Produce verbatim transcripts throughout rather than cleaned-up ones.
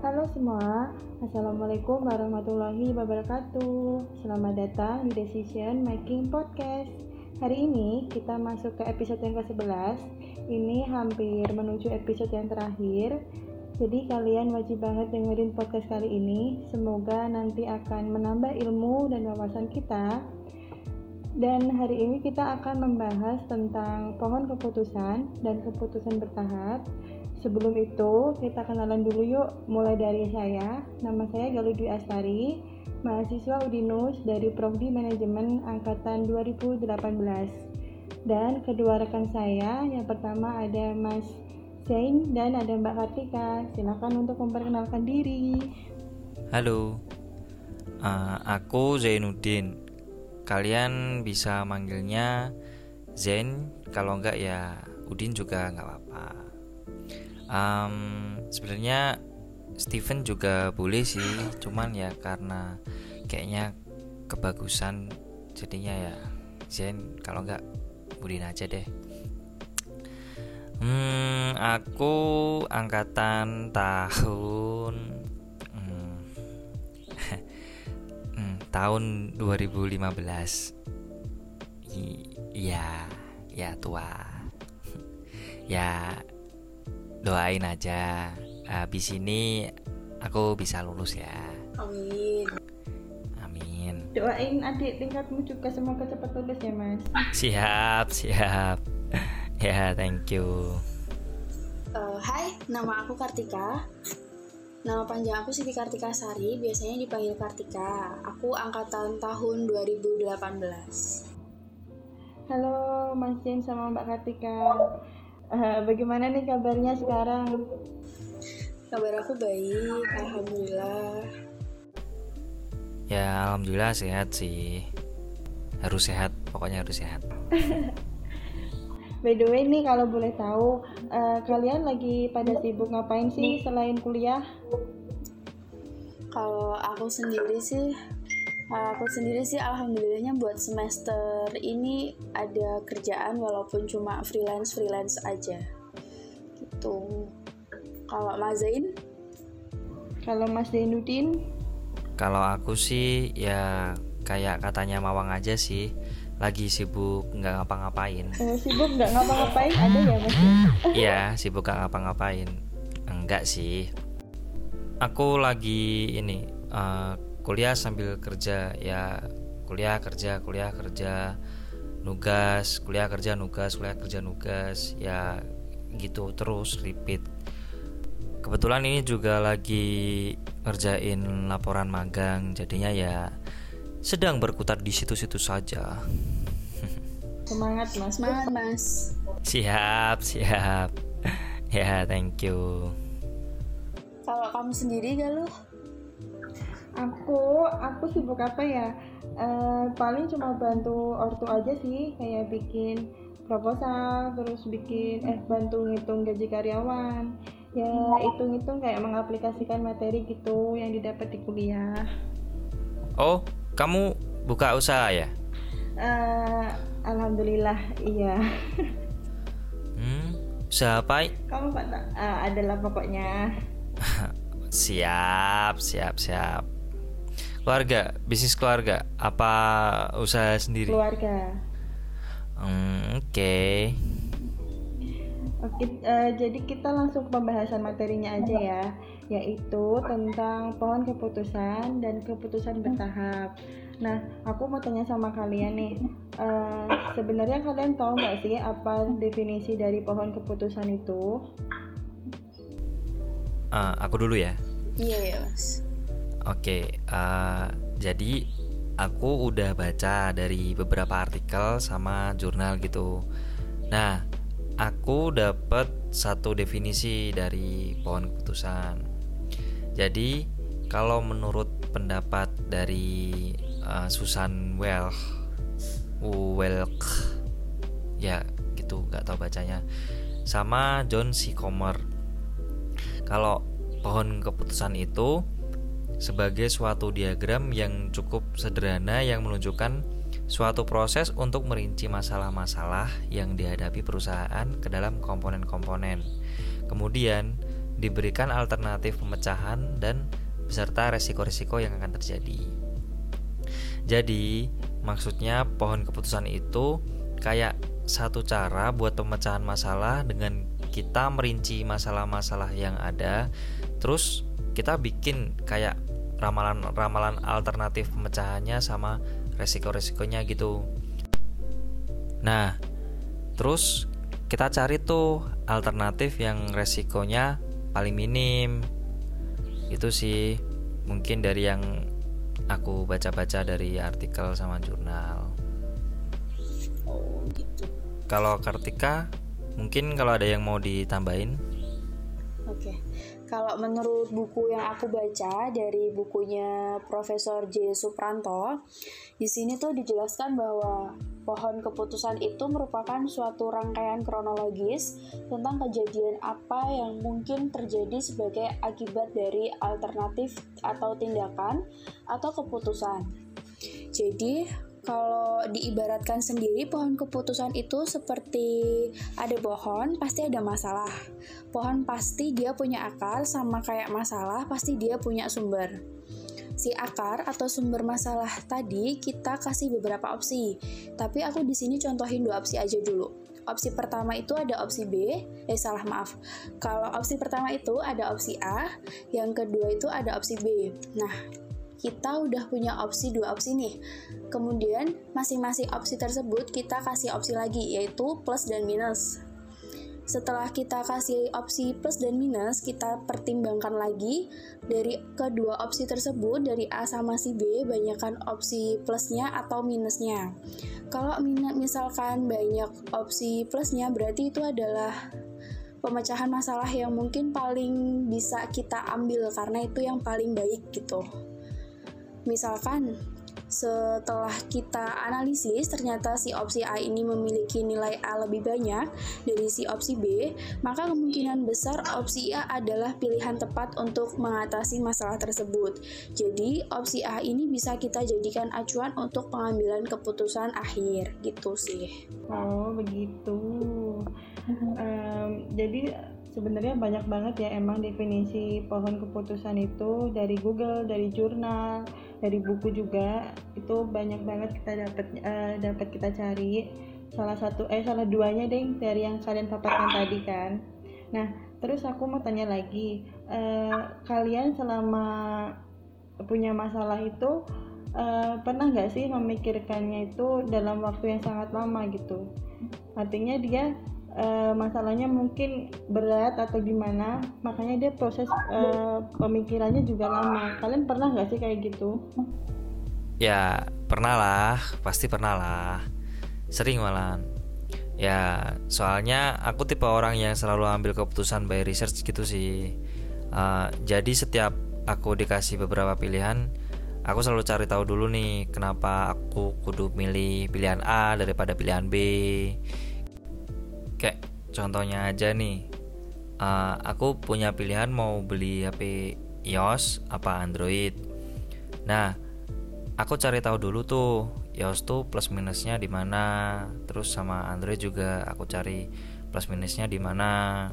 Halo semua, Assalamualaikum warahmatullahi wabarakatuh. Selamat datang di Decision Making Podcast. Hari ini kita masuk ke episode yang ke sebelas. Ini hampir menuju episode yang terakhir. Jadi kalian wajib banget dengerin podcast kali ini. Semoga nanti akan menambah ilmu dan wawasan kita. Dan hari ini kita akan membahas tentang pohon keputusan dan keputusan bertahap. Sebelum itu, kita kenalan dulu yuk, mulai dari saya. Nama saya Galuh Dwi Astari, mahasiswa Udinus dari Prodi Manajemen Angkatan dua ribu delapan belas. Dan kedua rekan saya, yang pertama ada Mas Zain dan ada Mbak Kartika. Silakan untuk memperkenalkan diri. Halo, uh, aku Zainuddin. Kalian bisa manggilnya Zain, kalau enggak ya Udin juga enggak apa-apa. Um, sebenarnya Steven juga boleh sih, cuman ya karena kayaknya kebagusan jadinya ya Zain, kalau enggak Udin aja deh. Hmm, aku angkatan tahun hmm, hmm, tahun dua ribu lima belas. Iya, ya tua. Ya doain aja habis ini aku bisa lulus ya. Amin. Amin. Doain adik tingkatmu juga semoga cepat lulus ya Mas. Siap, siap. Ya, thank you. Uh, hai, nama aku Kartika. Nama panjang aku Siti Kartika Sari, biasanya dipanggil Kartika. Aku angkatan tahun dua ribu delapan belas. Halo Mas Zain sama Mbak Kartika. Uh, bagaimana nih kabarnya sekarang? Kabar aku baik, alhamdulillah. Ya, alhamdulillah sehat sih. Harus sehat, pokoknya harus sehat. By the way nih, kalau boleh tahu, uh, kalian lagi pada sibuk ngapain sih selain kuliah? Kalau aku sendiri sih, aku sendiri sih alhamdulillahnya buat semester ini ada kerjaan walaupun cuma freelance-freelance aja. Gitu. Kalau Mas Zain? Kalau Mas Zainuddin? Kalau aku sih ya kayak katanya Mawang aja sih, lagi sibuk nggak ngapa-ngapain. Uh, sibuk nggak ngapa-ngapain ada ya Mas? Iya, sibuk nggak ngapa-ngapain. Enggak sih. Aku lagi ini uh, kuliah sambil kerja ya, kuliah kerja kuliah kerja nugas kuliah kerja nugas kuliah kerja nugas ya gitu terus repeat. Kebetulan ini juga lagi ngerjain laporan magang, jadinya ya sedang berkutat di situ-situ saja. Semangat Mas. Semangat Mas. Siap, siap. Ya, thank you. Kalau kamu sendiri Galuh? Aku, aku sibuk apa ya? Uh, paling cuma bantu ortu aja sih, kayak bikin proposal, terus bikin eh bantu ngitung gaji karyawan. Ya hitung-hitung kayak mengaplikasikan materi gitu yang didapat di kuliah. Oh, kamu buka usaha ya? Uh, Alhamdulillah iya. Hmm, usaha apa? Kamu Pak uh, adalah pokoknya. Siap, siap, siap. Keluarga, bisnis keluarga, apa usaha sendiri? Keluarga. Hmm, oke. Okay. Oke, uh, jadi kita langsung ke pembahasan materinya aja ya, yaitu tentang pohon keputusan dan keputusan bertahap. Nah, aku mau tanya sama kalian nih, uh, sebenarnya kalian tahu nggak sih apa definisi dari pohon keputusan itu? Uh, aku dulu ya. Iya ya Mas. Oke, uh, jadi aku udah baca dari beberapa artikel sama jurnal gitu. Nah, aku dapat satu definisi dari pohon keputusan. Jadi, kalau menurut pendapat dari uh, Susan Welch, Welch, ya gitu, nggak tahu bacanya, sama John C. Comer, kalau pohon keputusan itu sebagai suatu diagram yang cukup sederhana yang menunjukkan suatu proses untuk merinci masalah-masalah yang dihadapi perusahaan ke dalam komponen-komponen. Kemudian diberikan alternatif pemecahan dan beserta resiko-resiko yang akan terjadi. Jadi, maksudnya pohon keputusan itu kayak satu cara buat pemecahan masalah dengan kita merinci masalah-masalah yang ada, terus kita bikin kayak ramalan-ramalan alternatif pemecahannya sama resiko-resikonya gitu. Nah, terus kita cari tuh alternatif yang resikonya paling minim. Itu sih mungkin dari yang aku baca-baca dari artikel sama jurnal. Oh gitu. Kalau Kartika, mungkin kalau ada yang mau ditambahin? Oke. Kalau menurut buku yang aku baca dari bukunya Profesor J. Supranto, di sini tuh dijelaskan bahwa pohon keputusan itu merupakan suatu rangkaian kronologis tentang kejadian apa yang mungkin terjadi sebagai akibat dari alternatif atau tindakan atau keputusan. Jadi, kalau diibaratkan sendiri, pohon keputusan itu seperti ada pohon, pasti ada masalah. Pohon pasti dia punya akar, sama kayak masalah, pasti dia punya sumber. Si akar atau sumber masalah tadi kita kasih beberapa opsi, tapi aku di sini contohin dua opsi aja dulu. Opsi pertama itu ada opsi B, eh salah maaf. Kalau opsi pertama itu ada opsi A, yang kedua itu ada opsi B. Nah, kita udah punya opsi dua opsi nih. Kemudian masing-masing opsi tersebut kita kasih opsi lagi, yaitu plus dan minus. Setelah kita kasih opsi plus dan minus, kita pertimbangkan lagi dari kedua opsi tersebut, dari A sama si B, banyakkan opsi plusnya atau minusnya. Kalau misalkan banyak opsi plusnya, berarti itu adalah pemecahan masalah yang mungkin paling bisa kita ambil karena itu yang paling baik gitu. Misalkan setelah kita analisis ternyata si opsi A ini memiliki nilai A lebih banyak dari si opsi B, maka kemungkinan besar opsi A adalah pilihan tepat untuk mengatasi masalah tersebut. Jadi opsi A ini bisa kita jadikan acuan untuk pengambilan keputusan akhir gitu sih. Oh begitu. um, Jadi sebenarnya banyak banget ya emang definisi pohon keputusan itu, dari Google, dari jurnal, dari buku juga. Itu banyak banget kita dapat uh, dapat kita cari. Salah satu eh salah duanya deh dari yang kalian paparkan tadi kan. Nah, terus aku mau tanya lagi, uh, kalian selama punya masalah itu uh, pernah nggak sih memikirkannya itu dalam waktu yang sangat lama gitu? Artinya dia Uh, masalahnya mungkin berat atau gimana, makanya dia proses uh, pemikirannya juga lama. Kalian pernah nggak sih kayak gitu? Ya pernah lah, pasti pernah lah, sering malah. Ya soalnya aku tipe orang yang selalu ambil keputusan by research gitu sih. uh, Jadi setiap aku dikasih beberapa pilihan, aku selalu cari tahu dulu nih kenapa aku kudu milih pilihan A daripada pilihan B. Kayak contohnya aja nih, uh, aku punya pilihan mau beli H P iOS apa Android. Nah, aku cari tahu dulu tuh iOS tuh plus minusnya di mana, terus sama Android juga aku cari plus minusnya di mana.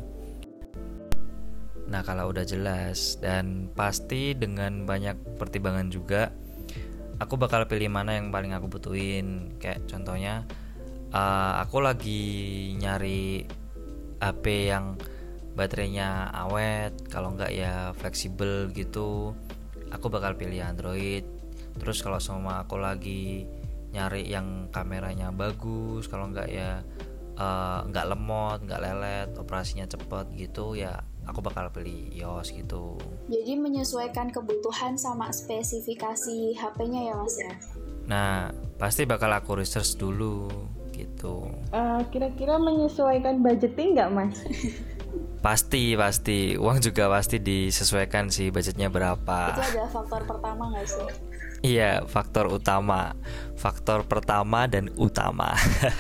Nah, kalau udah jelas dan pasti dengan banyak pertimbangan juga, aku bakal pilih mana yang paling aku butuhin. Kayak contohnya, Uh, aku lagi nyari H P yang baterainya awet, kalau enggak ya fleksibel gitu, aku bakal pilih Android. Terus kalau sama aku lagi nyari yang kameranya bagus, kalau enggak ya uh, enggak lemot, enggak lelet, operasinya cepet gitu, ya aku bakal pilih iOS gitu. Jadi menyesuaikan kebutuhan sama spesifikasi H P-nya ya mas ya? Nah, pasti bakal aku research dulu gitu. Uh, kira-kira menyesuaikan budgeting nggak mas? Pasti, pasti. Uang juga pasti disesuaikan sih budgetnya berapa. Itu adalah faktor pertama nggak sih? Iya, faktor utama. Faktor pertama dan utama.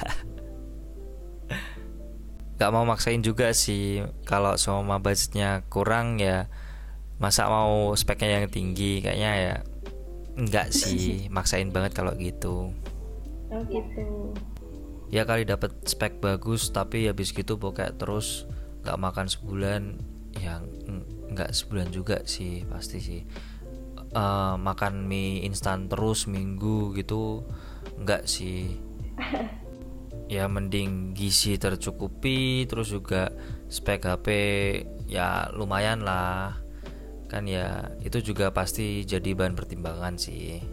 Gak mau maksain juga sih. Kalau semua budgetnya kurang ya, masa mau speknya yang tinggi? Kayaknya ya enggak sih. Maksain banget kalau gitu. Oh gitu. Ya kali dapat spek bagus tapi habis gitu bokek terus, gak makan sebulan, ya nggak sebulan juga sih pasti sih. Uh, makan mie instan terus minggu gitu nggak sih. Ya mending gizi tercukupi, terus juga spek H P ya lumayan lah kan, ya itu juga pasti jadi bahan pertimbangan sih.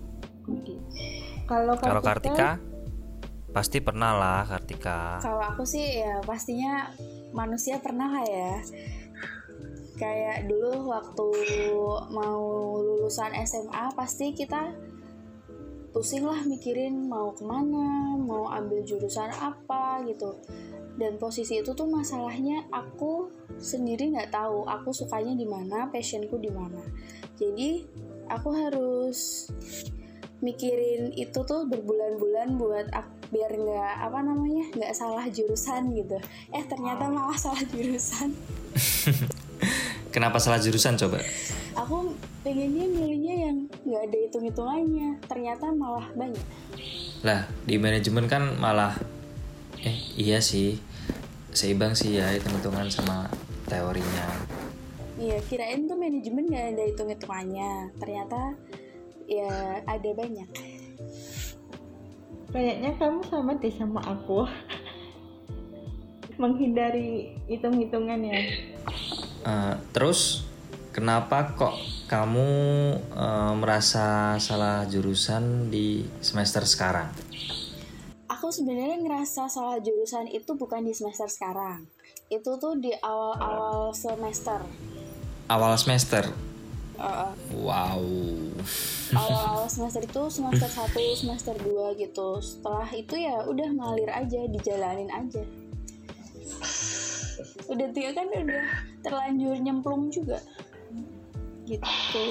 Kalau Kalau Kartika pasti pernah lah Kartika. Kalau aku sih ya pastinya manusia pernah lah ya. Kayak dulu waktu mau lulusan S M A pasti kita pusing lah mikirin mau kemana, mau ambil jurusan apa gitu. Dan posisi itu tuh masalahnya aku sendiri nggak tahu aku sukanya di mana, passionku di mana. Jadi aku harus mikirin itu tuh berbulan-bulan buat aku, biar nggak apa namanya nggak salah jurusan gitu. Eh ternyata malah salah jurusan. Kenapa salah jurusan coba? Aku pengennya milihnya yang nggak ada hitung-hitungannya, ternyata malah banyak. Lah di manajemen kan malah eh iya sih seimbang sih ya hitung-hitungan sama teorinya. Iya kirain tuh manajemen nggak ada hitung-hitungannya, ternyata ya ada banyak. Kayaknya kamu sama deh sama aku. Menghindari hitung-hitungan ya. Uh, terus kenapa kok kamu uh, merasa salah jurusan di semester sekarang? Aku sebenarnya ngerasa salah jurusan itu bukan di semester sekarang. Itu tuh di awal-awal semester. Awal semester? Uh, wow. Awal-awal semester itu semester satu, semester dua gitu. Setelah itu ya udah ngalir aja, dijalanin aja. Udah tiga kan udah terlanjur nyemplung juga gitu.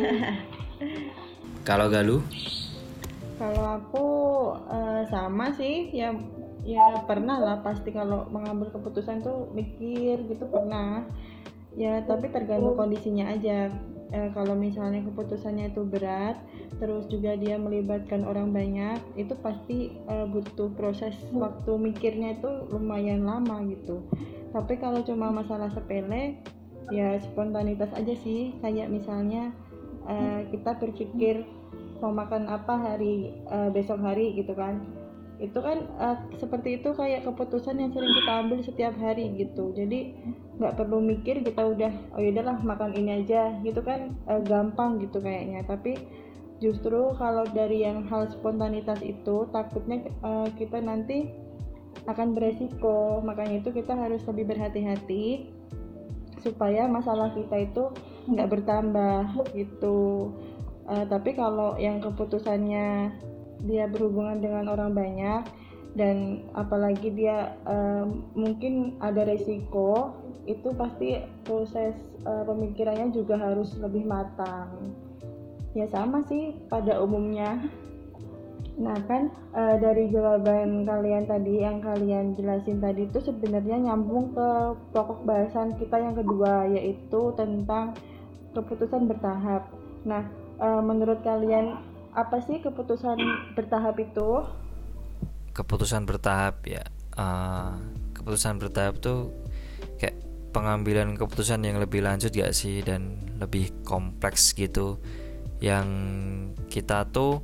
Kalau Galuh? Kalau aku uh, sama sih ya, ya pernah lah pasti kalau mengambil keputusan tuh mikir gitu pernah ya, tapi tergantung kondisinya aja. E, kalau misalnya keputusannya itu berat, terus juga dia melibatkan orang banyak, itu pasti e, butuh proses waktu mikirnya itu lumayan lama gitu. Tapi kalau cuma masalah sepele, ya spontanitas aja sih. Kayak misalnya e, kita berpikir mau makan apa hari e, besok hari gitu kan. Itu kan uh, seperti itu kayak keputusan yang sering kita ambil setiap hari gitu. Jadi nggak perlu mikir, kita udah oh yaudahlah makan ini aja gitu kan, uh, gampang gitu kayaknya. Tapi justru kalau dari yang hal spontanitas itu takutnya uh, kita nanti akan beresiko. Makanya itu kita harus lebih berhati-hati supaya masalah kita itu nggak bertambah gitu. Uh, tapi kalau yang keputusannya dia berhubungan dengan orang banyak dan apalagi dia uh, mungkin ada resiko, itu pasti proses uh, pemikirannya juga harus lebih matang. Ya sama sih pada umumnya. Nah kan uh, dari jawaban kalian tadi yang kalian jelasin tadi itu sebenarnya nyambung ke pokok bahasan kita yang kedua, yaitu tentang keputusan bertahap. Nah uh, menurut kalian apa sih keputusan bertahap itu? Keputusan bertahap ya, uh, keputusan bertahap tuh kayak pengambilan keputusan yang lebih lanjut gak sih, dan lebih kompleks gitu, yang kita tuh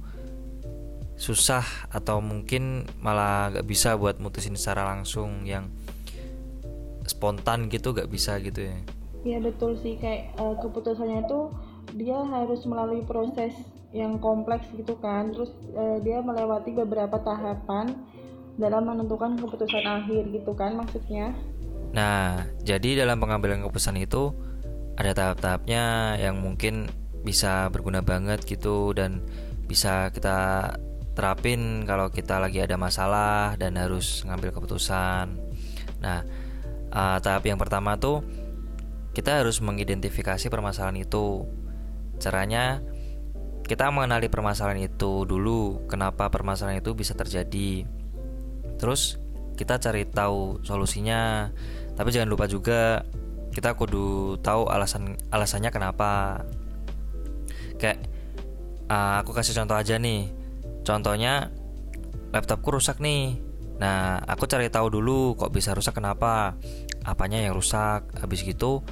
susah atau mungkin malah gak bisa buat mutusin secara langsung, yang spontan gitu gak bisa gitu ya. Iya betul sih, kayak uh, keputusannya itu dia harus melalui proses yang kompleks gitu kan, terus uh, dia melewati beberapa tahapan dalam menentukan keputusan akhir gitu kan maksudnya. Nah, jadi dalam pengambilan keputusan itu ada tahap-tahapnya yang mungkin bisa berguna banget gitu, dan bisa kita terapin kalau kita lagi ada masalah dan harus ngambil keputusan. Nah, uh, tahap yang pertama tuh kita harus mengidentifikasi permasalahan itu. Caranya kita mengenali permasalahan itu dulu, kenapa permasalahan itu bisa terjadi. Terus kita cari tahu solusinya. Tapi jangan lupa juga kita kudu tahu alasan alasannya kenapa. Kayak uh, aku kasih contoh aja nih. Contohnya laptopku rusak nih. Nah, aku cari tahu dulu kok bisa rusak kenapa. Apanya yang rusak. Habis gitu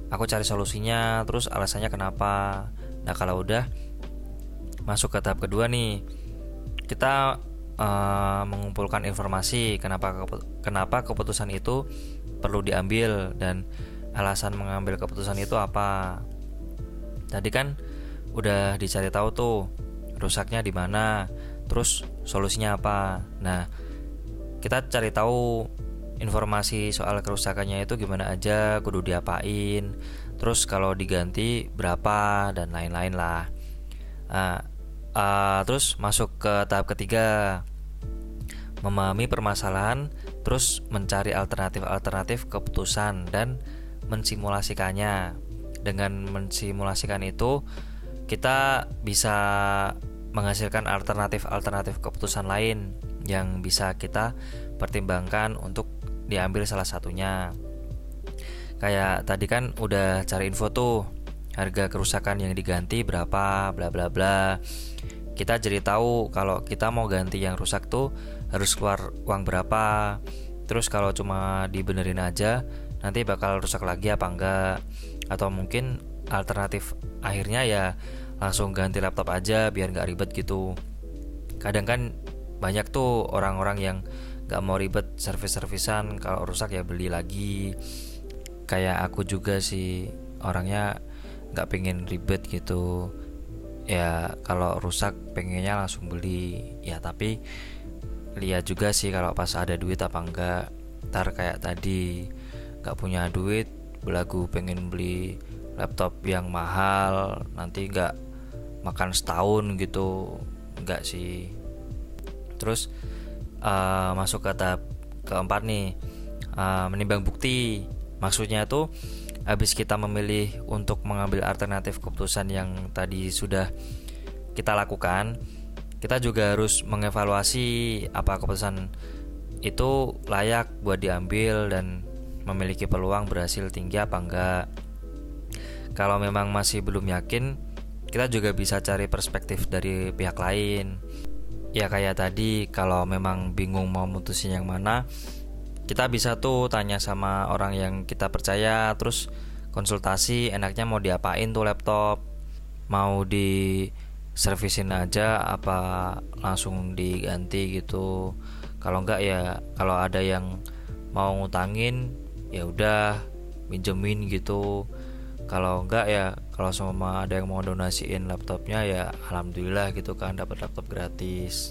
aku cari solusinya, terus alasannya kenapa. Nah kalau udah masuk ke tahap kedua nih, kita uh, mengumpulkan informasi kenapa kenapa keputusan itu perlu diambil dan alasan mengambil keputusan itu apa. Tadi kan udah dicari tahu tuh rusaknya di mana, terus solusinya apa. Nah, kita cari tahu informasi soal kerusakannya itu gimana aja, kudu diapain, terus kalau diganti berapa dan lain-lain lah. Nah, uh, terus masuk ke tahap ketiga, memahami permasalahan, terus mencari alternatif-alternatif keputusan dan mensimulasikannya. Dengan mensimulasikan itu kita bisa menghasilkan alternatif-alternatif keputusan lain yang bisa kita pertimbangkan untuk diambil salah satunya. Kayak tadi kan udah cari info tuh, harga kerusakan yang diganti berapa, bla bla bla. Kita jadi tahu kalau kita mau ganti yang rusak tuh harus keluar uang berapa. Terus kalau cuma dibenerin aja, nanti bakal rusak lagi apa enggak. Atau mungkin alternatif akhirnya ya langsung ganti laptop aja biar gak ribet gitu. Kadang kan banyak tuh orang-orang yang gak mau ribet servis-servisan, kalau rusak ya beli lagi. Kayak aku juga sih orangnya gak pengen ribet gitu. Ya kalau rusak pengennya langsung beli. Ya tapi lihat juga sih kalau pas ada duit apa enggak. Ntar kayak tadi gak punya duit, belagu pengen beli laptop yang mahal, nanti gak makan setahun gitu. Enggak sih. Terus uh, masuk ke tahap keempat nih, uh, menimbang bukti. Maksudnya tuh habis kita memilih untuk mengambil alternatif keputusan yang tadi sudah kita lakukan, kita juga harus mengevaluasi apa keputusan itu layak buat diambil dan memiliki peluang berhasil tinggi apa enggak. Kalau memang masih belum yakin, kita juga bisa cari perspektif dari pihak lain. Ya kayak tadi, kalau memang bingung mau mutusin yang mana, kita bisa tuh tanya sama orang yang kita percaya, terus konsultasi enaknya mau diapain tuh laptop. Mau di servisin aja apa langsung diganti gitu. Kalau enggak ya kalau ada yang mau ngutangin ya udah minjemin gitu. Kalau enggak ya kalau sama ada yang mau donasiin laptopnya ya alhamdulillah gitu kan, dapat laptop gratis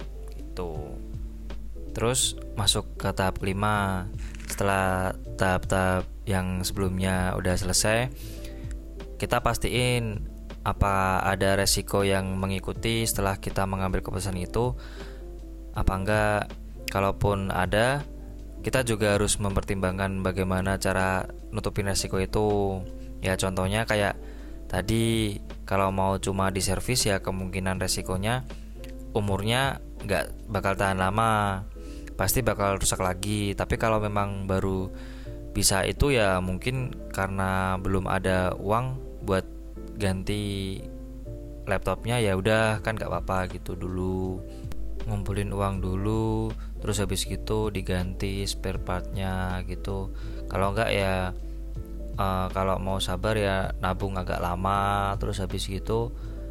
gitu. Terus masuk ke tahap kelima. Setelah tahap-tahap yang sebelumnya udah selesai, kita pastiin apa ada resiko yang mengikuti setelah kita mengambil keputusan itu apa enggak. Kalaupun ada, kita juga harus mempertimbangkan bagaimana cara nutupin resiko itu. Ya contohnya kayak tadi, kalau mau cuma diservis ya kemungkinan resikonya umurnya gak bakal tahan lama, pasti bakal rusak lagi. Tapi kalau memang baru bisa itu ya mungkin karena belum ada uang buat ganti laptopnya, ya udah kan gak apa-apa gitu dulu, ngumpulin uang dulu, terus habis gitu diganti spare partnya gitu. Kalau enggak ya uh, kalau mau sabar ya nabung agak lama, terus habis gitu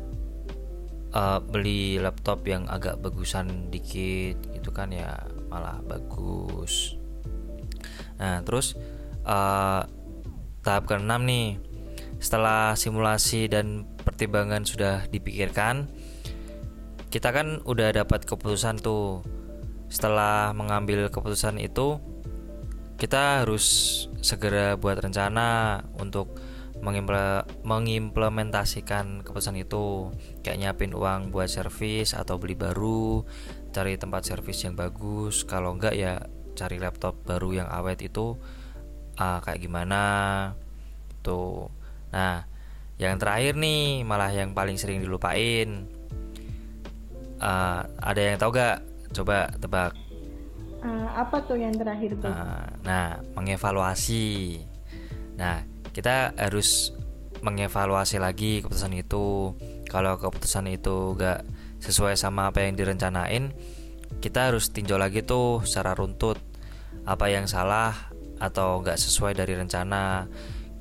uh, beli laptop yang agak bagusan dikit gitu kan ya malah bagus. Nah terus uh, tahap keenam nih, setelah simulasi dan pertimbangan sudah dipikirkan, kita kan udah dapat keputusan tuh. Setelah mengambil keputusan itu, kita harus segera buat rencana untuk mengimpl- mengimplementasikan keputusan itu. Kayak nyiapin uang buat servis atau beli baru, cari tempat servis yang bagus. Kalau enggak ya cari laptop baru yang awet itu uh, kayak gimana tuh. Nah yang terakhir nih malah yang paling sering dilupain. uh, Ada yang tahu gak? Coba tebak. Uh, apa tuh yang terakhir tuh? Uh, nah, mengevaluasi. Nah, kita harus mengevaluasi lagi keputusan itu. Kalau keputusan itu gak sesuai sama apa yang direncanain, kita harus tinjau lagi tuh secara runtut apa yang salah atau gak sesuai dari rencana.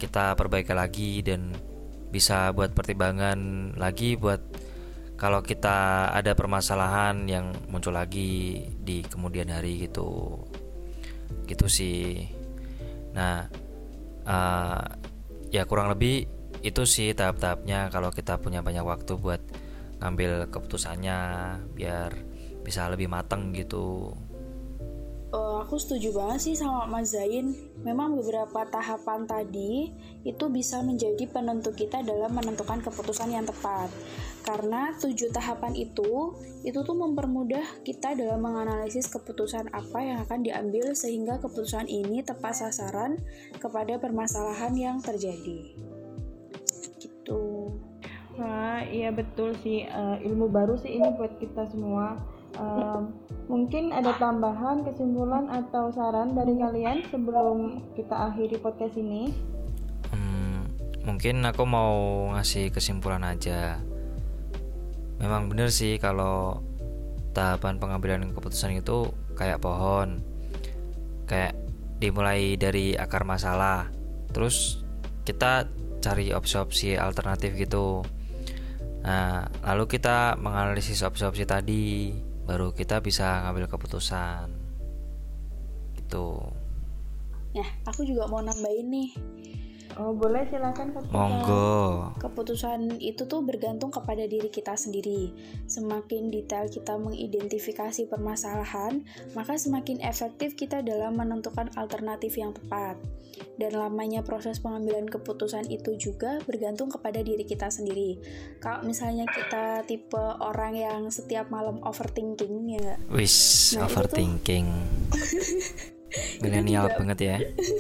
kita perbaiki lagi dan bisa buat pertimbangan lagi buat kalau kita ada permasalahan yang muncul lagi di kemudian hari gitu. Gitu sih. Nah, uh, ya kurang lebih itu sih tahap-tahapnya kalau kita punya banyak waktu buat ngambil keputusannya biar bisa lebih matang gitu. Uh, aku setuju banget sih sama Mas Zain. Memang beberapa tahapan tadi itu bisa menjadi penentu kita dalam menentukan keputusan yang tepat. Karena tujuh tahapan itu, itu tuh mempermudah kita dalam menganalisis keputusan apa yang akan diambil sehingga keputusan ini tepat sasaran kepada permasalahan yang terjadi. Gitu. Wah, iya betul sih, uh, ilmu baru sih ini buat kita semua. Um, mungkin ada tambahan, kesimpulan atau saran dari kalian sebelum kita akhiri podcast ini? Hmm, mungkin aku mau ngasih kesimpulan aja. Memang benar sih kalau tahapan pengambilan keputusan itu kayak pohon, kayak dimulai dari akar masalah, terus kita cari opsi-opsi alternatif gitu. Nah, lalu kita menganalisis opsi-opsi tadi, baru kita bisa ngambil keputusan gitu. Ya, aku juga mau nambahin nih. Oh boleh, silakan Kak. Monggo. Keputusan itu tuh bergantung kepada diri kita sendiri. Semakin detail kita mengidentifikasi permasalahan, maka semakin efektif kita dalam menentukan alternatif yang tepat. Dan lamanya proses pengambilan keputusan itu juga bergantung kepada diri kita sendiri. Kalau misalnya kita tipe orang yang setiap malam overthinking, ya nggak? Wis, nah, overthinking. Milenial banget ya.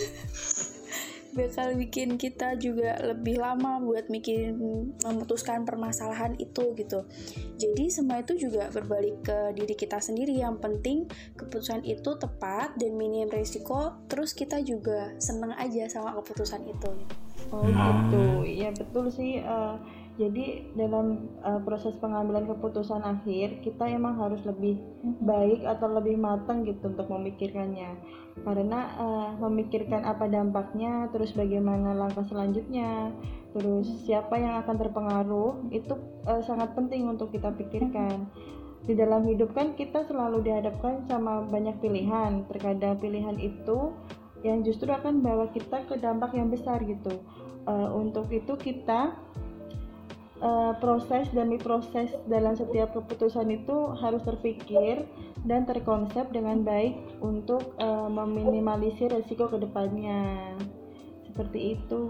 Bakal bikin kita juga lebih lama buat mikirin memutuskan permasalahan itu gitu. Jadi semua itu juga berbalik ke diri kita sendiri. Yang penting keputusan itu tepat dan minim risiko. Terus kita juga seneng aja sama keputusan itu. Oh gitu, ya betul sih. Uh, jadi dalam uh, proses pengambilan keputusan akhir kita emang harus lebih baik atau lebih matang gitu untuk memikirkannya. Karena uh, memikirkan apa dampaknya, terus bagaimana langkah selanjutnya, terus siapa yang akan terpengaruh, itu uh, sangat penting untuk kita pikirkan. Di dalam hidup kan kita selalu dihadapkan sama banyak pilihan. Terkadang pilihan itu yang justru akan bawa kita ke dampak yang besar gitu. Uh, untuk itu kita uh, proses demi proses dalam setiap keputusan itu harus terpikir dan terkonsep dengan baik untuk uh, meminimalisir resiko kedepannya. Seperti itu.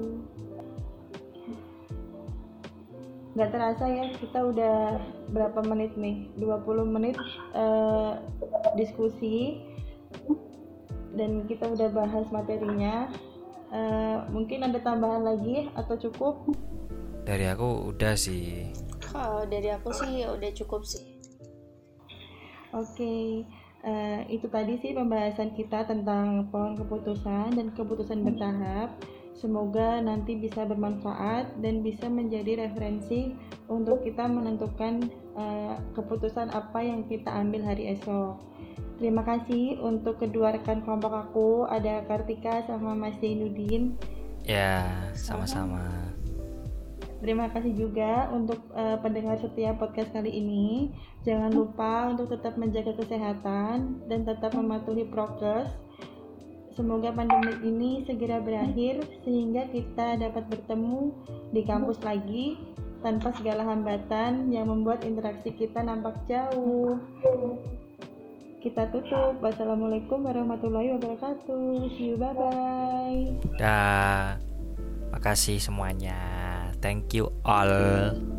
Gak terasa ya, kita udah berapa menit nih? dua puluh menit uh, diskusi dan kita udah bahas materinya. Uh, mungkin ada tambahan lagi atau cukup? Dari aku udah sih. Kalau dari aku sih udah cukup sih. Oke, okay. uh, itu tadi sih pembahasan kita tentang pohon keputusan dan keputusan bertahap. Semoga nanti bisa bermanfaat dan bisa menjadi referensi untuk kita menentukan uh, keputusan apa yang kita ambil hari esok. Terima kasih untuk kedua rekan kelompok aku, ada Kartika sama Mas Zainuddin. Ya, sama-sama. Terima kasih juga untuk uh, pendengar setia podcast kali ini. Jangan lupa untuk tetap menjaga kesehatan dan tetap mematuhi prokes. Semoga pandemi ini segera berakhir sehingga kita dapat bertemu di kampus lagi tanpa segala hambatan yang membuat interaksi kita nampak jauh. Kita tutup. Wassalamualaikum warahmatullahi wabarakatuh. See you, bye-bye. Dah. Makasih semuanya. Thank you all.